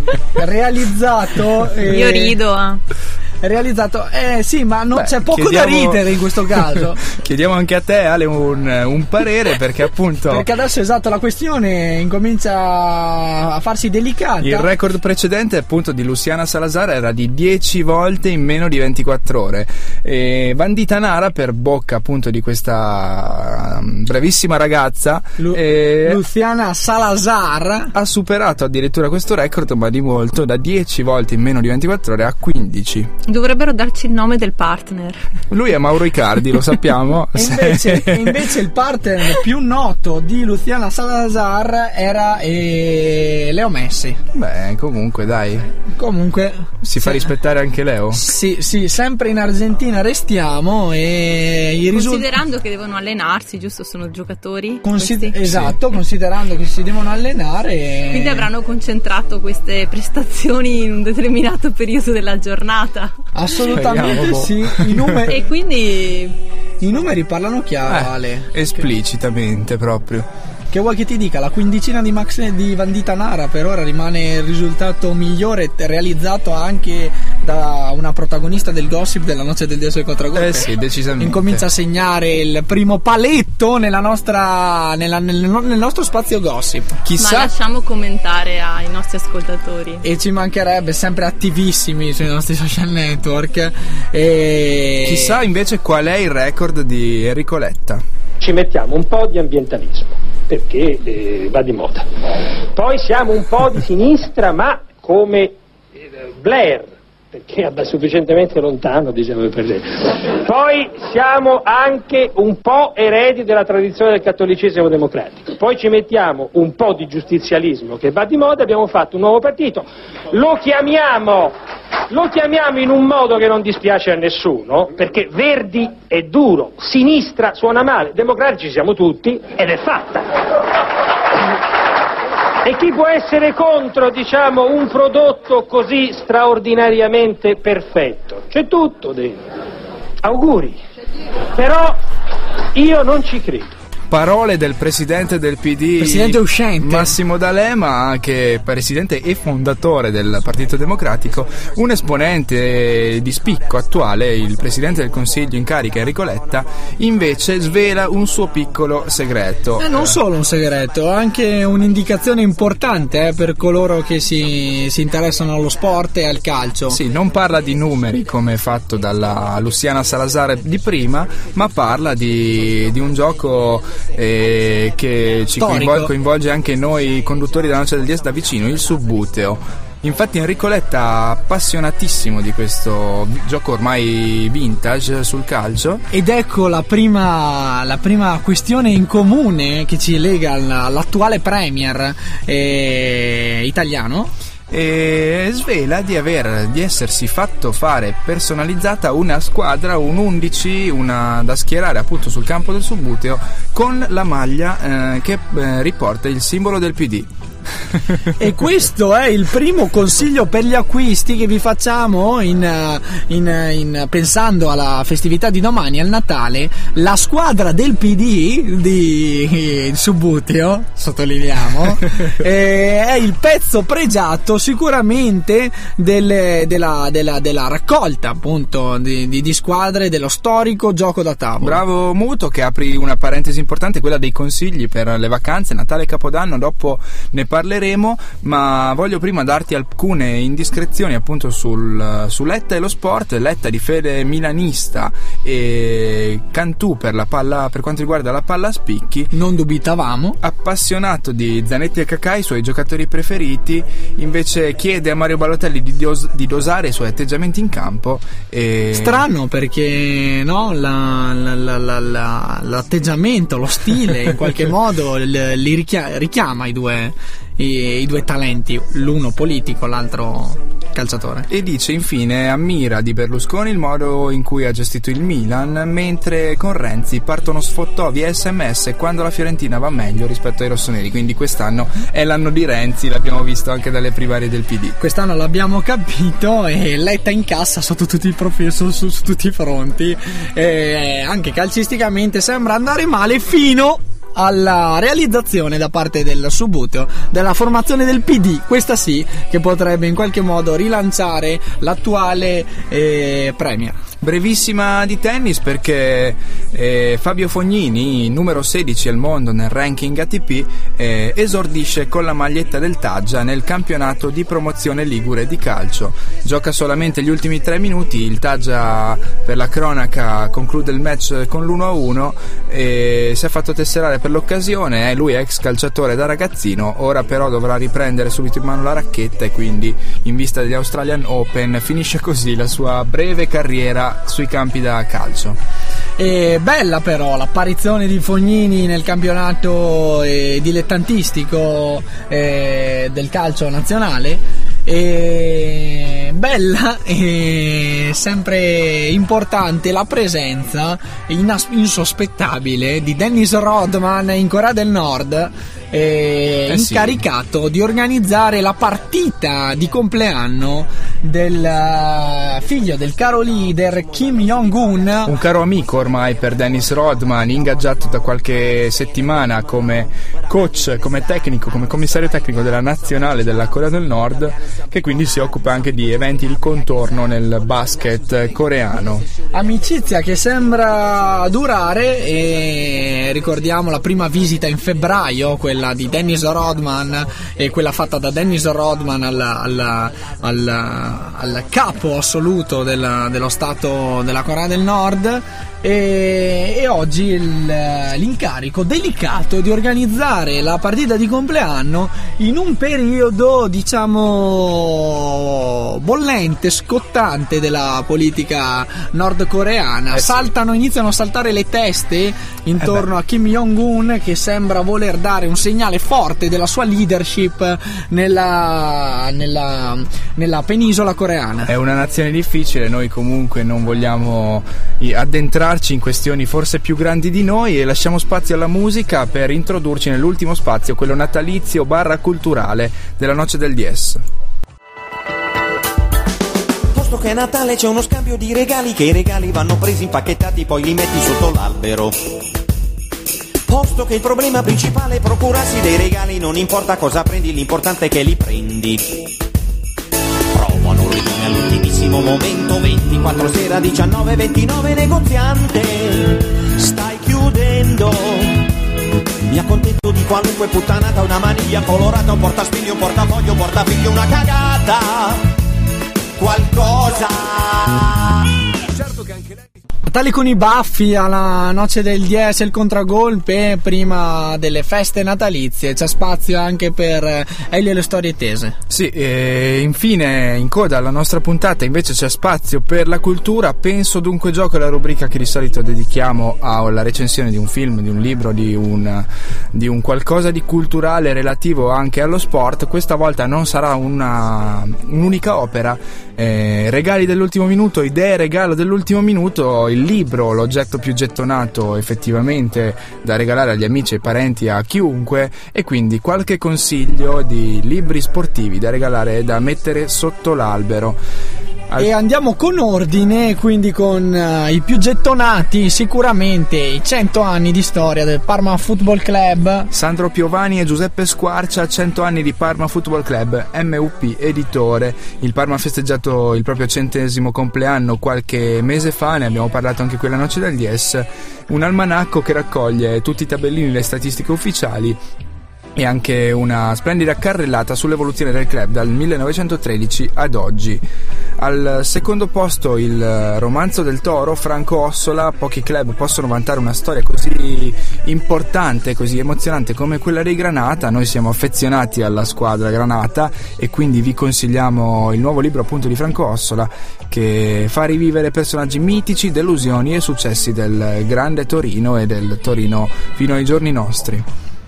realizzato eh, io rido eh. realizzato eh sì ma non Beh, c'è poco chiediamo... da ridere in questo caso. Chiediamo anche a te, Ale, un, un parere, perché appunto perché adesso esatto la questione incomincia a farsi delicata. Il record precedente appunto di Luciana Salazar era di dieci volte in meno di ventiquattro ore e Vandita Nara, per bocca appunto di questa bravissima ragazza, Lu- eh, Luciana Salazar, ha superato addirittura questo record, ma di molto, da dieci volte in meno di ventiquattro ore a quindici. Dovrebbero darci il nome del partner. Lui è Mauro Icardi, lo sappiamo. E invece, invece il partner più noto di Luciana Salazar era eh, Leo Messi. Beh, comunque dai. Comunque si fa rispettare anche Leo? Sì, sì, sempre in Argentina restiamo e i risultati, considerando che devono allenarsi, giusto? Sono giocatori. Consi- esatto, sì. Considerando che si devono allenare e... quindi avranno concentrato queste prestazioni in un determinato periodo della giornata. Assolutamente sì. I numeri... e quindi i numeri parlano chiaro, eh, Ale. Esplicitamente proprio. Che vuoi che ti dica? La quindicina di Max di Vandita Nara per ora rimane il risultato migliore, realizzato anche da una protagonista del gossip della noce del Dio sui Contragolpe. Eh sì, decisamente. Incomincia a segnare il primo paletto nella nostra, nella, nel, nel nostro spazio gossip. Chissà. Ma lasciamo commentare ai nostri ascoltatori. E ci mancherebbe, sempre attivissimi sui nostri social network. E... chissà invece qual è il record di Enrico Letta. Ci mettiamo un po' di ambientalismo, perché eh, va di moda. Poi siamo un po' di sinistra, ma come eh, Blair, perché è sufficientemente lontano, diciamo per lei. Poi siamo anche un po' eredi della tradizione del cattolicesimo democratico. Poi ci mettiamo un po' di giustizialismo, che va di moda. Abbiamo fatto un nuovo partito, lo chiamiamo lo chiamiamo in un modo che non dispiace a nessuno, perché Verdi è duro, sinistra suona male, democratici siamo tutti, ed è fatta. E chi può essere contro, diciamo, un prodotto così straordinariamente perfetto? C'è tutto dentro. Auguri. Però io non ci credo. parole del presidente del P D, presidente uscente Massimo D'Alema, che è presidente e fondatore del Partito Democratico. Un esponente di spicco attuale, il presidente del Consiglio in carica Enrico Letta, invece svela un suo piccolo segreto. E non solo un segreto, anche un'indicazione importante eh, per coloro che si, si interessano allo sport e al calcio. Sì, non parla di numeri come fatto dalla Luciana Salazar di prima, ma parla di, di un gioco eh, che ci coinvol- coinvolge anche noi conduttori della Noce del Diez da vicino, il subbuteo. Infatti Enrico Letta, appassionatissimo di questo gioco ormai vintage sul calcio. Ed ecco la prima, la prima questione in comune che ci lega all'attuale premier eh, italiano. E svela di aver di essersi fatto fare personalizzata una squadra, un undici, una da schierare appunto sul campo del subbuteo con la maglia eh, che eh, riporta il simbolo del P D. E questo è il primo consiglio per gli acquisti che vi facciamo in, in, in, pensando alla festività di domani, al Natale. La squadra del P D di Subbuteo, sottolineiamo, è il pezzo pregiato sicuramente del, della, della, della raccolta appunto di, di, di squadre dello storico gioco da tavola. Bravo Muto, che apri una parentesi importante, quella dei consigli per le vacanze, Natale e Capodanno. Dopo ne parleremo, ma voglio prima darti alcune indiscrezioni appunto sul, su Letta e lo sport. Letta di fede milanista e Cantù per la palla, per quanto riguarda la palla a spicchi, non dubitavamo. Appassionato di Zanetti e Cacà, i suoi giocatori preferiti, invece chiede a Mario Balotelli di, dos- di dosare i suoi atteggiamenti in campo. E... strano, perché no, la, la, la, la, la, l'atteggiamento, lo stile in qualche modo li richiama, richiama i due I, i due talenti, l'uno politico, l'altro calciatore. E dice infine ammira di Berlusconi il modo in cui ha gestito il Milan, mentre con Renzi partono sfottò via sms quando la Fiorentina va meglio rispetto ai rossoneri. Quindi quest'anno è l'anno di Renzi, l'abbiamo visto anche dalle primarie del P D. Quest'anno l'abbiamo capito, e Letta incassa sotto tutti i profili, su, su, su tutti i fronti, e anche calcisticamente sembra andare male fino alla realizzazione da parte del Subbuteo della formazione del P D, questa sì che potrebbe in qualche modo rilanciare l'attuale eh, premier. Brevissima di tennis, perché eh, Fabio Fognini, numero sedici al mondo nel ranking A T P, eh, esordisce con la maglietta del Taggia nel campionato di promozione ligure di calcio. Gioca solamente gli ultimi tre minuti, il Taggia per la cronaca conclude il match con l'uno a uno e si è fatto tesserare per l'occasione. Eh, lui è ex calciatore da ragazzino, ora però dovrà riprendere subito in mano la racchetta e quindi in vista degli Australian Open finisce così la sua breve carriera sui campi da calcio. E bella però l'apparizione di Fognini nel campionato eh, dilettantistico eh, del calcio nazionale. E bella e sempre importante la presenza inas- insospettabile di Dennis Rodman in Corea del Nord, eh, eh incaricato sì. di organizzare la partita di compleanno del figlio del caro leader Kim Jong-un, un caro amico ormai per Dennis Rodman, ingaggiato da qualche settimana come coach, come tecnico, come commissario tecnico della nazionale della Corea del Nord, che quindi si occupa anche di eventi di contorno nel basket coreano. Amicizia che sembra durare, e ricordiamo la prima visita in febbraio, quella di Dennis Rodman, e quella fatta da Dennis Rodman al, al, al al capo assoluto della, dello Stato della Corea del Nord, e, e oggi il, l'incarico delicato di organizzare la partita di compleanno in un periodo diciamo bollente, scottante della politica nordcoreana. Saltano, iniziano a saltare le teste intorno eh a Kim Jong-un, che sembra voler dare un segnale forte della sua leadership nella, nella, nella penisola coreana. È una nazione difficile, noi comunque non vogliamo addentrarci in questioni forse più grandi di noi e lasciamo spazio alla musica per introdurci nell'ultimo spazio, quello natalizio barra culturale della Noce del Diez. Posto che è Natale c'è uno scambio di regali, che i regali vanno presi impacchettati, poi li metti sotto l'albero. Posto che il problema principale è procurarsi dei regali, non importa cosa prendi, l'importante è che li prendi. Provano l'ordine all'ultimissimo momento, ventiquattro sera, diciannove ventinove, negoziante, stai chiudendo. Mi accontento di qualunque puttanata, una maniglia colorata, un portaspigli, un portafoglio, un portafiglio, una cagata, qualcosa. Certo che anche lei... Natale con i baffi alla noce del dieci, il contragolpe prima delle feste natalizie. C'è spazio anche per Elio e le storie tese. Sì, e infine in coda alla nostra puntata invece c'è spazio per la cultura. Penso dunque gioco, la rubrica che di solito dedichiamo alla recensione di un film, di un libro, di un, di un qualcosa di culturale relativo anche allo sport. Questa volta non sarà una, un'unica opera, eh, regali dell'ultimo minuto, idee regalo dell'ultimo minuto, il libro, l'oggetto più gettonato effettivamente da regalare agli amici e parenti, a chiunque, e quindi qualche consiglio di libri sportivi da regalare e da mettere sotto l'albero. E andiamo con ordine, quindi con uh, i più gettonati, sicuramente i cento anni di storia del Parma Football Club. Sandro Piovani e Giuseppe Squarcia, cento anni di Parma Football Club, M U P editore. Il Parma ha festeggiato il proprio centesimo compleanno qualche mese fa, ne abbiamo parlato anche quella noce del dies. Un almanacco che raccoglie tutti i tabellini, le statistiche ufficiali e anche una splendida carrellata sull'evoluzione del club dal millenovecentotredici ad oggi. Al secondo posto il romanzo del Toro, Franco Ossola. Pochi club possono vantare una storia così importante, così emozionante come quella dei Granata. Noi siamo affezionati alla squadra Granata e quindi vi consigliamo il nuovo libro appunto di Franco Ossola, che fa rivivere personaggi mitici, delusioni e successi del grande Torino e del Torino fino ai giorni nostri.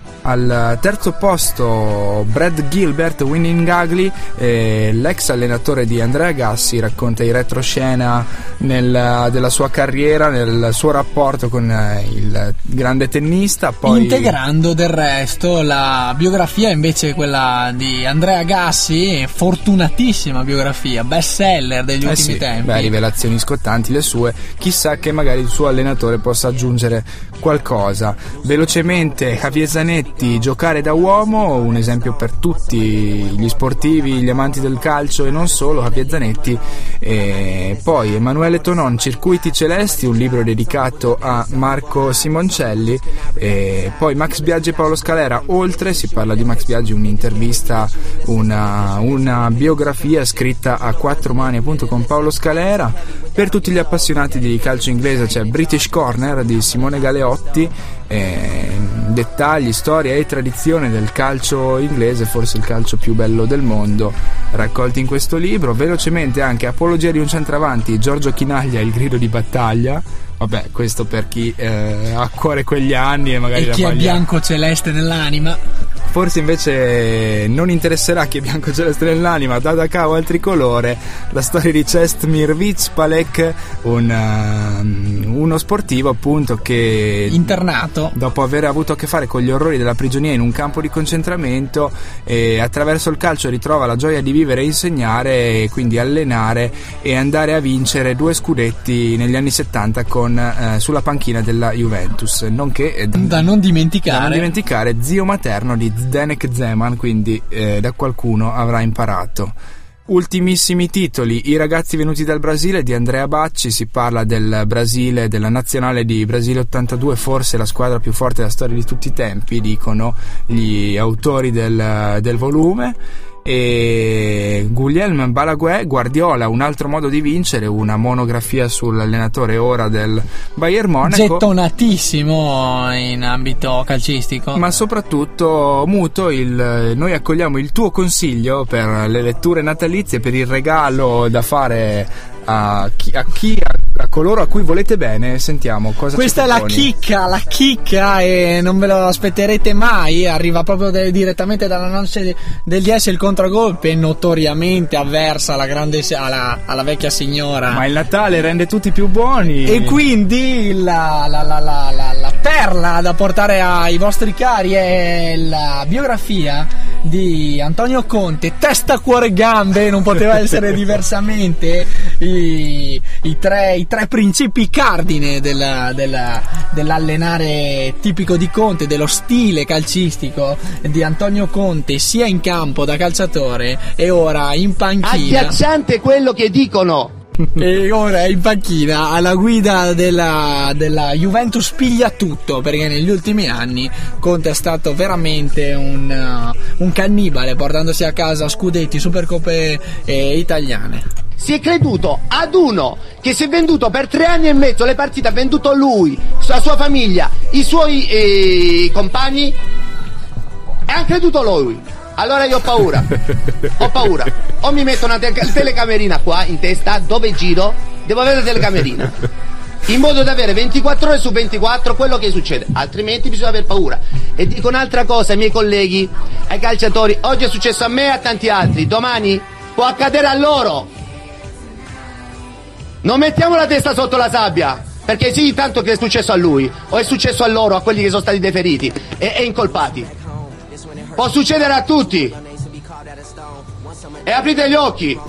Al terzo posto Brad Gilbert, Winning Ugly, eh, l'ex allenatore di Andrea Gassi, racconta in retroscena nel, della sua carriera, nel suo rapporto con eh, il grande tennista, poi integrando del resto la biografia invece quella di Andrea Gassi, fortunatissima biografia, best seller degli eh ultimi sì, tempi. Beh, rivelazioni scottanti le sue, chissà che magari il suo allenatore possa aggiungere qualcosa. Velocemente Javier Zanetti, giocare da uomo, un esempio per tutti gli sportivi, gli amanti del calcio e non solo, Javier Zanetti. E poi Emanuele Tonon, Circuiti Celesti, un libro dedicato a Marco Simoncelli. E poi Max Biaggi e Paolo Scalera, Oltre, si parla di Max Biaggi, un'intervista, una, una biografia scritta a quattro mani appunto con Paolo Scalera. Per tutti gli appassionati di calcio inglese c'è British Corner di Simone Galeotti, eh, dettagli, storia e tradizione del calcio inglese, forse il calcio più bello del mondo, raccolti in questo libro. Velocemente anche Apologia di un centravanti, Giorgio Chinaglia, il grido di battaglia. Vabbè, questo per chi eh, ha a cuore quegli anni e magari e chi è bianco celeste nell'anima. Forse invece non interesserà chi è bianco celeste nell'anima, da cavo al tricolore, la storia di Čestmir Vicpalek, un, uh, uno sportivo appunto che internato dopo aver avuto a che fare con gli orrori della prigionia in un campo di concentramento, e attraverso il calcio ritrova la gioia di vivere e insegnare, e quindi allenare e andare a vincere due scudetti negli anni settanta con, uh, sulla panchina della Juventus, nonché eh, da non dimenticare da non dimenticare zio materno di Zdenek Zeman, quindi eh, da qualcuno avrà imparato. Ultimissimi titoli: I ragazzi venuti dal Brasile di Andrea Bacci, si parla del Brasile, della nazionale di Brasile ottantadue, forse la squadra più forte della storia di tutti i tempi, dicono gli autori del, del volume. E Guglielmo Balaguer, Guardiola, un altro modo di vincere, una monografia sull'allenatore ora del Bayern Monaco, gettonatissimo in ambito calcistico, ma soprattutto muto. Il, noi accogliamo il tuo consiglio per le letture natalizie, per il regalo da fare a chi, a, chi a, a coloro a cui volete bene. Sentiamo cosa questa ci è la proponi. chicca, la chicca, e non ve lo aspetterete mai. Arriva proprio de, direttamente dalla noce del dieci, il contragolpe, notoriamente avversa alla grande alla, alla vecchia signora. Ma il Natale rende tutti più buoni, e quindi la, la, la, la, la, la perla da portare ai vostri cari è la biografia di Antonio Conte, testa, cuore, gambe, non poteva essere diversamente, i, i, tre, i tre principi cardine della, della, dell'allenare tipico di Conte, dello stile calcistico di Antonio Conte, sia in campo da calciatore e ora in panchina. Agghiacciante quello che dicono. E ora è in panchina alla guida della, della Juventus, piglia tutto, perché negli ultimi anni Conte è stato veramente un, uh, un cannibale, portandosi a casa scudetti, supercoppe eh, italiane. Si è creduto ad uno che si è venduto per tre anni e mezzo le partite, ha venduto lui, la sua famiglia, i suoi eh, compagni, e ha creduto lui. Allora io ho paura, ho paura, o mi metto una te- telecamerina qua in testa, dove giro, devo avere una telecamerina, in modo da avere ventiquattro ore su ventiquattro quello che succede, altrimenti bisogna aver paura. E dico un'altra cosa ai miei colleghi, ai calciatori, oggi è successo a me e a tanti altri, domani può accadere a loro. Non mettiamo la testa sotto la sabbia, perché sì, tanto che è successo a lui, o è successo a loro, a quelli che sono stati deferiti e, e incolpati. Può succedere a tutti. E aprite gli occhi.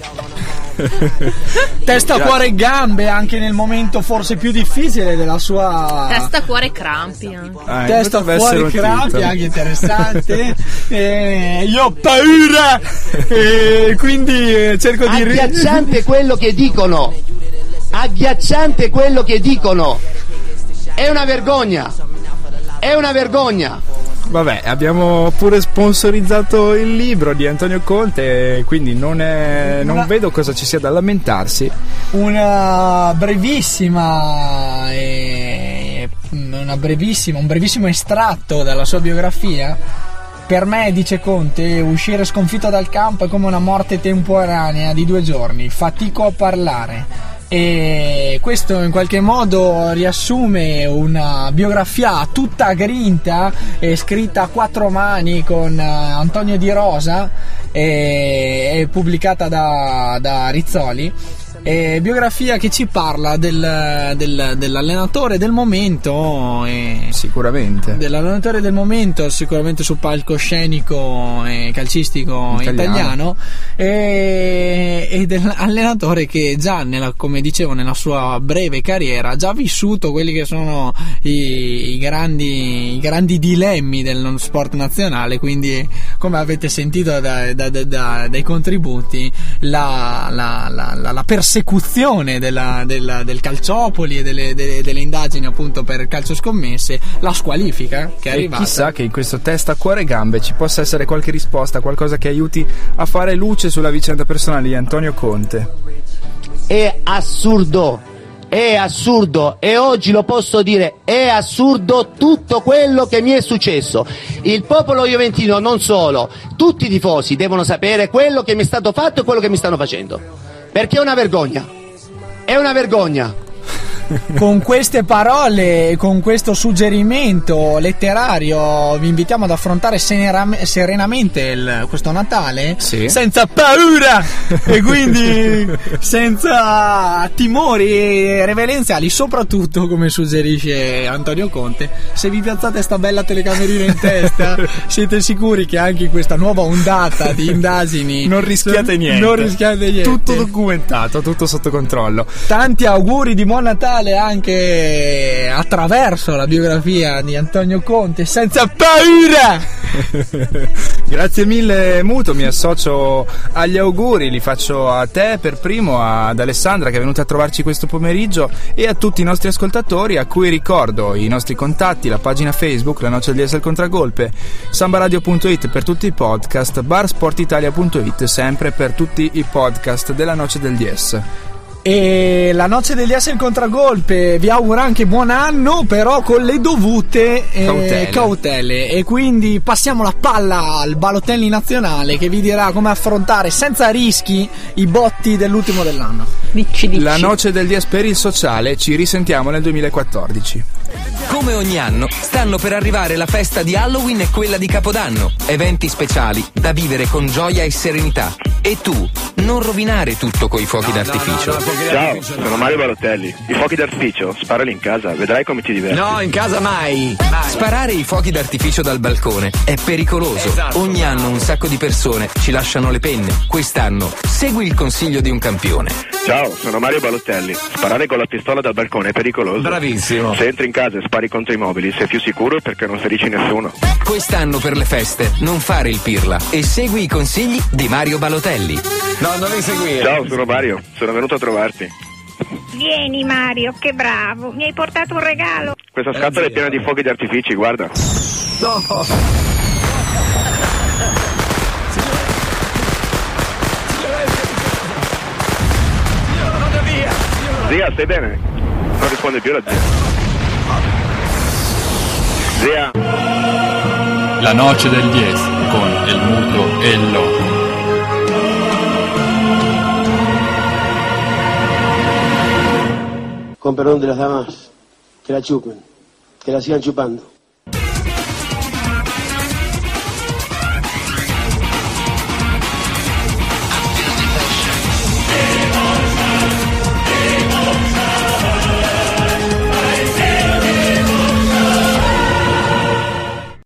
Testa, cuore e gambe anche nel momento forse più difficile della sua. Testa, cuore e crampi anche. Ah, testa, cuore e crampi, anche interessante. eh, io ho paura e quindi eh, cerco di. Agghiacciante quello che dicono. Agghiacciante quello che dicono. È una vergogna. È una vergogna. Vabbè, abbiamo pure sponsorizzato il libro di Antonio Conte, quindi non, è, non una, vedo cosa ci sia da lamentarsi. Una brevissima, eh, una brevissima, un brevissimo estratto dalla sua biografia. Per me, dice Conte, uscire sconfitto dal campo è come una morte temporanea di due giorni, fatico a parlare. E questo in qualche modo riassume una biografia tutta grinta e scritta a quattro mani con Antonio Di Rosa e, e pubblicata da, da Rizzoli. E biografia che ci parla del, del, dell'allenatore del momento e sicuramente dell'allenatore del momento sicuramente sul palcoscenico e calcistico italiano, italiano e, e dell'allenatore che già nella, come dicevo, nella sua breve carriera ha già vissuto quelli che sono i, i grandi i grandi dilemmi dello sport nazionale, quindi come avete sentito da, da, da, da, dai contributi la, la, la, la, la persecuzione della, della, del Calciopoli e delle, delle, delle indagini appunto per calcio scommesse, la squalifica che è e arrivata. Chissà che in questo testa, cuore e gambe ci possa essere qualche risposta, qualcosa che aiuti a fare luce sulla vicenda personale di Antonio Conte. È assurdo, è assurdo, e oggi lo posso dire, è assurdo tutto quello che mi è successo. Il popolo juventino, non solo, tutti i tifosi devono sapere quello che mi è stato fatto e quello che mi stanno facendo. Perché è una vergogna, è una vergogna. Con queste parole, con questo suggerimento letterario, vi invitiamo ad affrontare seneram- serenamente il, questo Natale, sì, senza paura e quindi senza timori reverenziali, soprattutto come suggerisce Antonio Conte. Se vi piazzate sta bella telecamerina in testa, siete sicuri che anche in questa nuova ondata di indagini non rischiate niente, non rischiate niente. Tutto documentato, tutto sotto controllo. Tanti auguri di buon Natale anche attraverso la biografia di Antonio Conte, senza paura. Grazie mille Muto, mi associo agli auguri, li faccio a te per primo, ad Alessandra che è venuta a trovarci questo pomeriggio e a tutti i nostri ascoltatori, a cui ricordo i nostri contatti, la pagina Facebook La Noce del D S il Contragolpe, sambaradio punto it per tutti i podcast, barsportitalia punto it sempre per tutti i podcast della Noce del D S. E la Noce del D S il Contragolpe vi augura anche buon anno, però con le dovute eh, cautele. cautele e quindi passiamo la palla al Balotelli nazionale che vi dirà come affrontare senza rischi i botti dell'ultimo dell'anno. Dici, dici. La Noce del D S per il sociale, ci risentiamo nel duemilaquattordici. Come ogni anno stanno per arrivare la festa di Halloween e quella di Capodanno, eventi speciali da vivere con gioia e serenità. E tu, non rovinare tutto coi fuochi d'artificio. Ciao, sono Mario Balotelli. I fuochi d'artificio, sparali in casa, vedrai come ti diverti. No, in casa mai. Sparare i fuochi d'artificio dal balcone è pericoloso. Esatto. Ogni anno un sacco di persone ci lasciano le penne. Quest'anno segui il consiglio di un campione. Ciao, sono Mario Balotelli. Sparare con la pistola dal balcone è pericoloso. Bravissimo. Se entri in casa e spari contro i mobili, sei più sicuro perché non ferisci nessuno. Quest'anno per le feste non fare il pirla e segui i consigli di Mario Balotelli. No, non mi seguire. Ciao, sono Mario. Sono venuto a trovarti. Vieni Mario, che bravo, mi hai portato un regalo. Questa scatola è piena di fuochi d'artifici, guarda. No. Zia, stai bene? Non risponde più la zia. Zia. La noce del diez con el muto e il loco. Con perdón de las damas, que la chupen, que la sigan chupando.